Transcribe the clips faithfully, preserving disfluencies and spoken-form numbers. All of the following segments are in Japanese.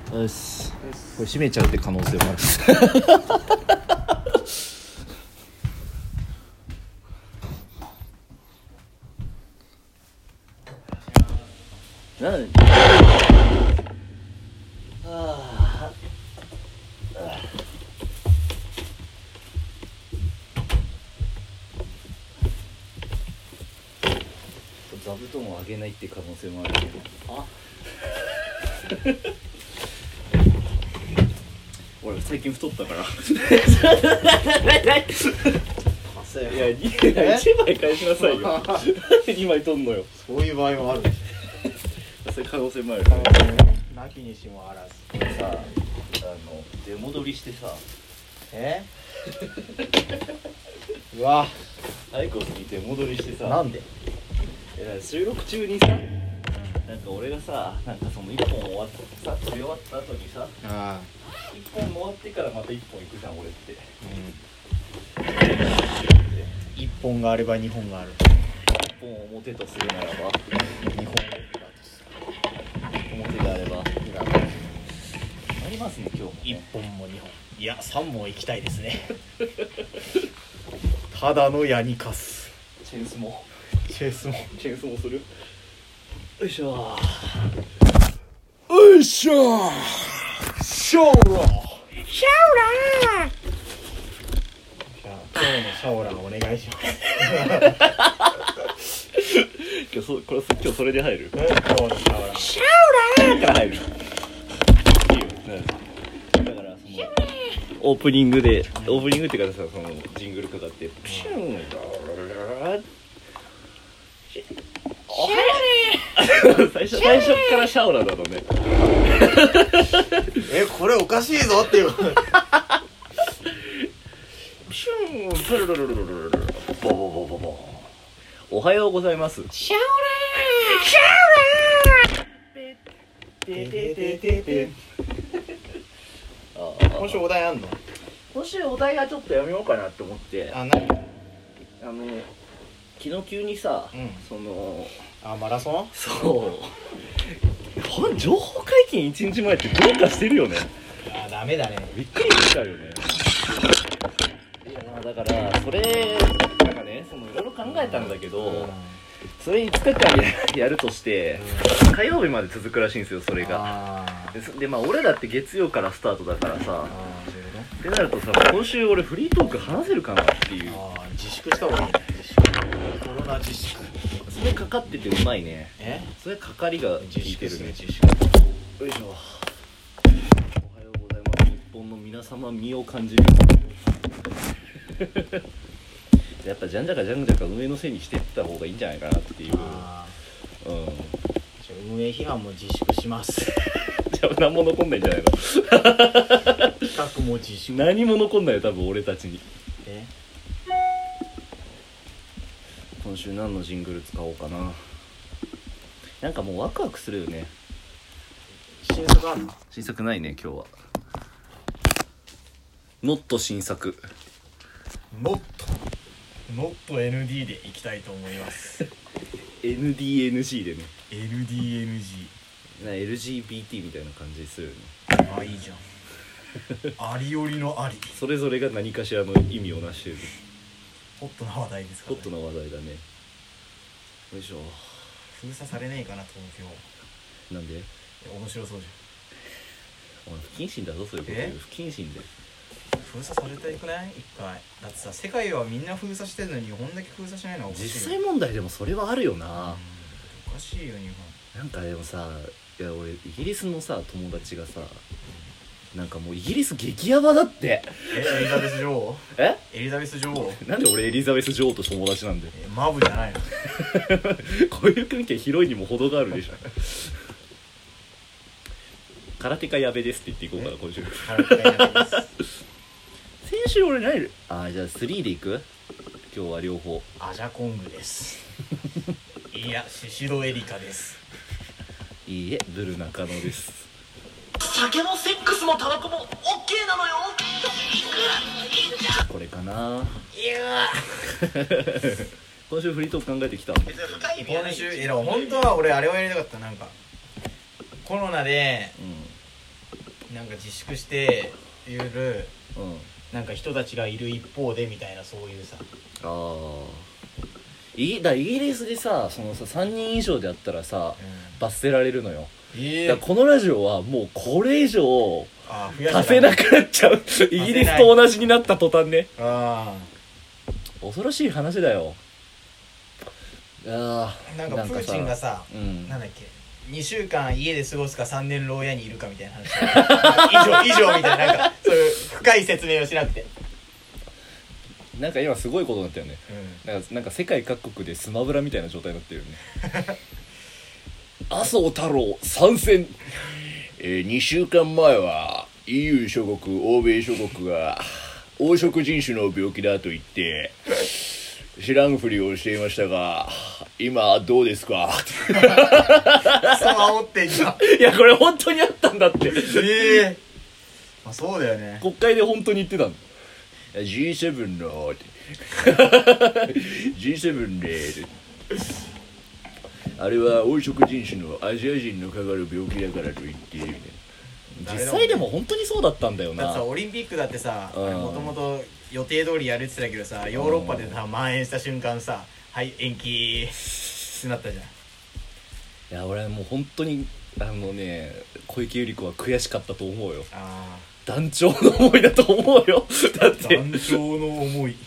よし、これ閉めちゃうって可能性もあるなんであ座布団をあげないって可能性もあるけど、あ俺最近太ったからいやいやいちまい返しなさいよにまい取んのよ。 そういう場合もあるでしょそういう可能性もあるなきにしもあらず。 これさ、あの出戻りしてさえうわアイコスに出戻りしてさ、 なんでえ収録中にさ、なんか俺がさ、なんかそのいっぽん終わってさ、撮り終わった後にさ、 あいっぽん終わってからまたいっぽん行くじゃん俺って、 うん、いっぽんがあればにほんがある。 いっぽんを表とするならばにほん表であればありますね今日もね。 いっぽんもにほん、いやさんぼん行きたいですねただの矢にかすチェーンスモチェイスもチェーンスモする。よいしょよいしょシャオラシャオラじゃあ今日のシャオラお願いします今日そこれ今日それで入る。 今日のシャオラシャオラーから入る。いいよ、うん、だからそのオープニングでオープニングっていうかさ、そのジングルかかってプシュン最初最初からシャオラだろうねえこれおかしいぞっていうプシュンプルルルルルルルボボボボボおはようございますシャオラーシャオラーててててて今週お題あんの？ 今週お題はちょっとやめようかなって思って、 あ、何？ あの昨日急にさ、うん、そのあ、マラソン？ そう情報解禁いちにちまえってどうかしてるよね。 あ、ダメだね。 びっくりしちゃうよね。いやだからそれなんかね、そのいろいろ考えたんだけど、うん、それいつかかん や, やるとして、うん、火曜日まで続くらしいんですよそれが。で, でまあ俺だって月曜からスタートだからさ、ってなるとさ、今週俺フリートーク話せるかなっていう。あ自粛した方がいいね。自粛、コロナ自粛。 それかかっててうまいね。え？それかかりが効いてるね。自粛。よいしょ。おはようございます。日本の皆様身を感じる。やっぱじゃんじゃかじゃんじゃか運営のせいにしていった方がいいんじゃないかなっていう。あうん。 運営批判も自粛します。 じゃあ何も残んないんじゃないの？ 企画も自粛。 何も残んないよ多分俺たちに。え？今週何のジングル使おうかな。なんかもうワクワクするよね。 新作あんの？ 新作ないね今日は。ノット新作。 ノットノット エヌディー でいきたいと思います。 エヌディーエヌジー でね。 エヌディーエヌジー。 な エルジービーティー みたいな感じするよね。 あ、いいじゃん。ありよりのあり。 それぞれが何かしらの意味をなしている。 ホットな話題ですからね。ホットな話題だね。よいしょ。 封鎖されねえかな東京。 なんで？ 面白そうじゃん。お前不謹慎だぞそういうこと言う。不謹慎で。 封鎖されていくない一回。だってさ世界はみんな封鎖してるのに日本だけ封鎖しないのはおかしいよ。 実際問題でもそれはあるよな。 おかしいよ日本。 なんかでもさ、いや俺イギリスのさ友達がさ、なんかもうイギリス激ヤバだって。 えエリザベス女王？え？エリザベス女王？ なんで俺エリザベス女王と友達なんだよ。 えマブじゃないの？ こういう関係広いにも程があるでしょ。空手家やべですって言っていこうかな今週。空手家やべです。先週俺何る？あーじゃあスリーでいく？今日は両方。 アジャコングです。いやシシドエリカです。 いいえブル中野です。 酒もセックスもタバコもオッケーなのよ。 これかな。 いや今週フリートーク考えてきた。 今週えら本当は俺あれをやりたかった。なんかコロナで、 なんか自粛しているうんなんか人たちがいる一方でみたいな、そういうさ。 ああいだイギリスでさそのささんにん以上でやったらさ、うん、罰せられるのよ。 ええー、 だこのラジオはもうこれ以上あ足せなくなっちゃうイギリスと同じになった途端ね。 あ恐ろしい話だよ。あなんかプーチンがさ、うん、なんだっけにしゅうかん家で過ごすかさんねん牢屋にいるかみたいな話以上以上みたいな、なんかそういう深い説明をしなくてなんか今すごいことになったよね、 うん、 なんかなんか世界各国でスマブラみたいな状態になってるよね麻生太郎参戦、えー、にしゅうかんまえは イーユー 諸国欧米諸国が黄色人種の病気だと言って知らんふりをしていましたが今どうですかそう煽ってんじゃん。 いやこれ本当にあったんだって。ええー、まあ、そうだよね。 国会で本当に言ってたの。 ジーセブン のジーセブン であれは黄色人種のアジア人のかかる病気だからと言ってみたいな。実際でも本当にそうだったんだよな。 だってさオリンピックだってさもともと予定通りやるって言ってたけどさ、ヨーロッパでさ蔓延した瞬間さはい延期ってなったじゃん。 いや俺はもう本当にあのね小池百合子は悔しかったと思うよ。 あ団長の思いだと思うよ。だって団長の思い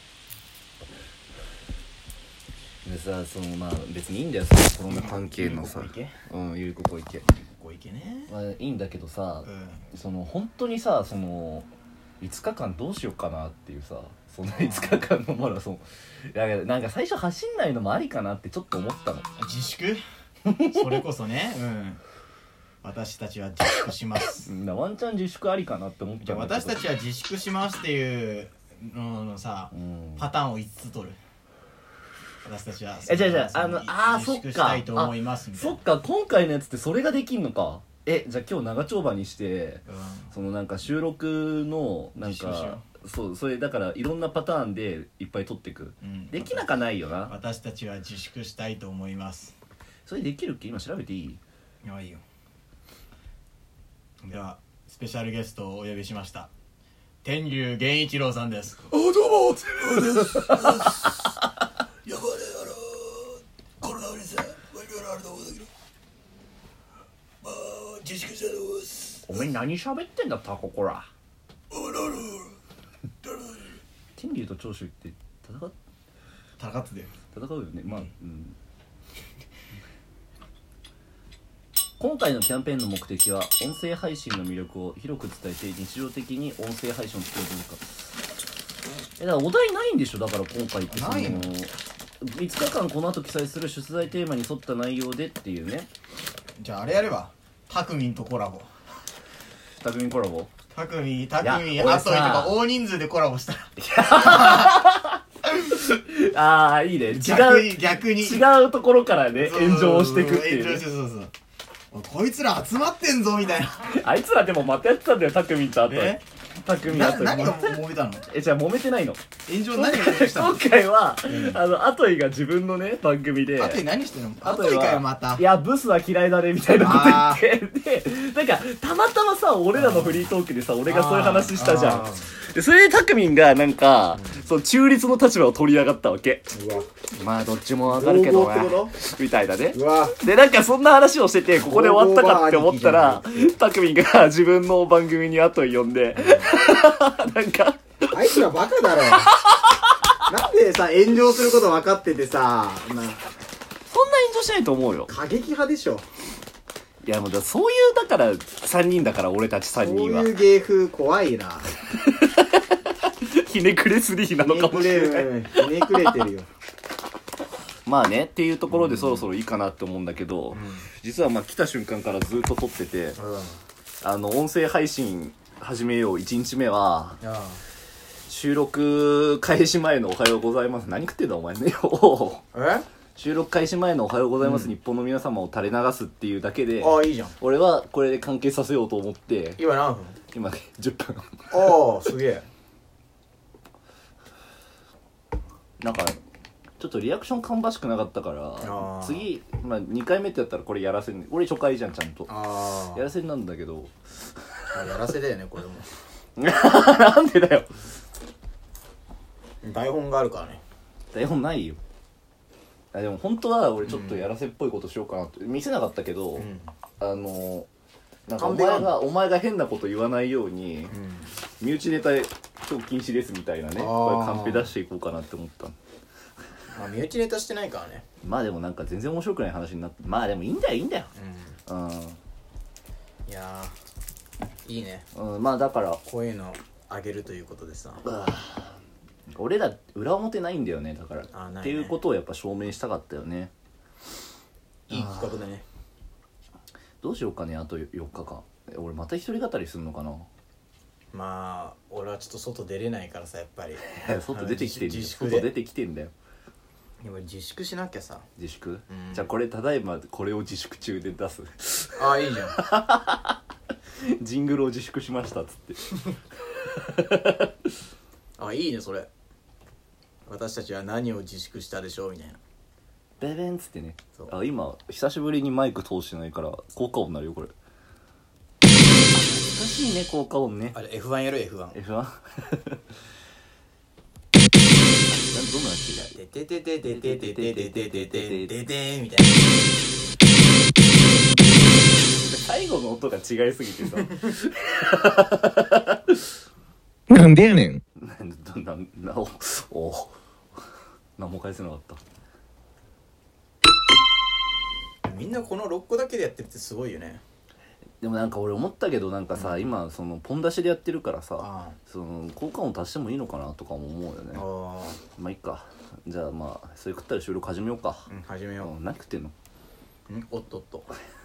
でさそのまあ別にいいんだよそのコロナ関係のさうんゆりこ小池小池ね、 まあ、いいんだけどさ、 うん、 その本当にさそのいつかかんどうしようかなっていうさそのいつかかんのマラソンなんか最初走んないのもありかなってちょっと思ったの。 自粛それこそね、うん、私たちは自粛しますワンチャン自粛ありかなって思っちゃう。 私たちは自粛しますっていうののさ、うん、パターンをいつつ取る。私たちはえじゃあじゃああのあーそっかしたいと思いますみたいな。 そっか今回のやつってそれができんのか。えじゃあ今日長丁場にして、うん、そのなんか収録のなんかそうそれだからいろんなパターンでいっぱい撮っていく、うん、できなかないよな。 私たちは自粛したいと思います。 それできるっけ今調べていい？ いやいいよ。ではスペシャルゲストをお呼びしました。天竜源一郎さんです。 あどうも天竜ですやばいねあのコロナウイルスはいろいろあると思うんだけどまあ自粛したいと思います。 お前何喋ってんだタココラ。 おなるほど天竜と長州って戦っ戦ってたよ戦うよね。まあ、うん、今回のキャンペーンの目的は音声配信の魅力を広く伝えて日常的に音声配信を作るというかえだからお題ないんでしょ。だから今回ってそのないのいつかかんこの後記載する出題テーマに沿った内容でっていうね。 じゃああれやればタクミンとコラボ。 タクミンコラボタクミンタクミンアトイとか大人数でコラボしたらああいいね。違う逆に逆に違うところからね炎上をしていくっていう、ね、 そうそうそうこいつら集まってんぞみたいなあいつらでもまたやってたんだよタクミンとアトイ。タクミンアトイ何が揉めたの？ えじゃあ揉めてないの。 炎上何がしたの？ 今回は、うん、あのアトイが自分のね番組でアトイ何してんの？アトイかよまた。 いやブスは嫌いだねみたいなこと言ってでなんかたまたまさ俺らのフリートークでさ俺がそういう話したじゃん。でそれでタクミンがなんか、うん、その中立の立場を取り上がったわけ。 うわまあどっちもわかるけどなみたいなね。 うわでなんかそんな話をしててここで終わったかって思ったらタクミンが自分の番組に後に呼んでなんかあいつらバカだろなんでさ炎上すること分かっててさそんな炎上しないと思うよ。 過激派でしょ。 いやもうだそういうだからさんにんだから俺たちさんにんはそういう芸風怖いなひねくれスリーなのかもしれない。 ひねくれてるよまあねっていうところでそろそろいいかなって思うんだけど、うん、実はまあ来た瞬間からずっと撮ってて、うん、あの音声配信始めよういちにちめは収録開始前のおはようございます何食ってんだお前ねよえ収録開始前のおはようございます、うん、日本の皆様を垂れ流すっていうだけでああいいじゃん。俺はこれで完結させようと思って今何分？ 今じゅっぷんああすげえなんかちょっとリアクション芳しくなかったから次、まあ、にかいめってやったらこれやらせん俺初回じゃんちゃんとあやらせんなんだけどやらせだよねこれもなんでだよ。 台本があるからね。 台本ないよ。あでも本当は俺ちょっとやらせっぽいことしようかなって、見せなかったけど、うん、あのなんかお前がお前が変なこと言わないように、うん、身内ネタ今日禁止ですみたいなね、これカンペ出していこうかなって思ったの。 まあ身内ネタしてないからね。 まあでもなんか全然面白くない話になって、まあでもいいんだよいいんだよ。うん、うん、いやーいいね。 うん、まあだからこういうのあげるということでさ、 俺ら裏表ないんだよね、だからあないねっていうことをやっぱ証明したかったよね。 いい企画だね。 どうしようかね、あとよっかかん。俺また一人語りするのかな。 まあ俺はちょっと外出れないからさ、やっぱり外出てきてんだよ。 自粛で外出てきてんだよ。 でも自粛しなきゃさ。 自粛、 うん、 じゃあこれただいまこれを自粛中で出す。 ああいいじゃん。ジングルを自粛しましたっつってあいいねそれ。私たちは何を自粛したでしょうみたいな。 ベベンっつってね。あ今久しぶりにマイク通してないから効果音になるよこれ。難しいね効果音ね。 あれ エフワン やる エフワン。 エフワン なんでどんなやつでてててててててててててててみたいな。 最後の音が違いすぎてさ。 なんでやねん。 なななおお何も返せなかった。 みんなこのろっこだけでやってるってすごいよね。 でもなんか俺思ったけどなんかさ、うん、今そのポン出しでやってるからさ、 ああその効果音足してもいいのかなとかも思うよね。 あまあいいか。じゃあまあそれ食ったら収録始めようか。 うん始めよう。 何食ってんの？ んおっとっと。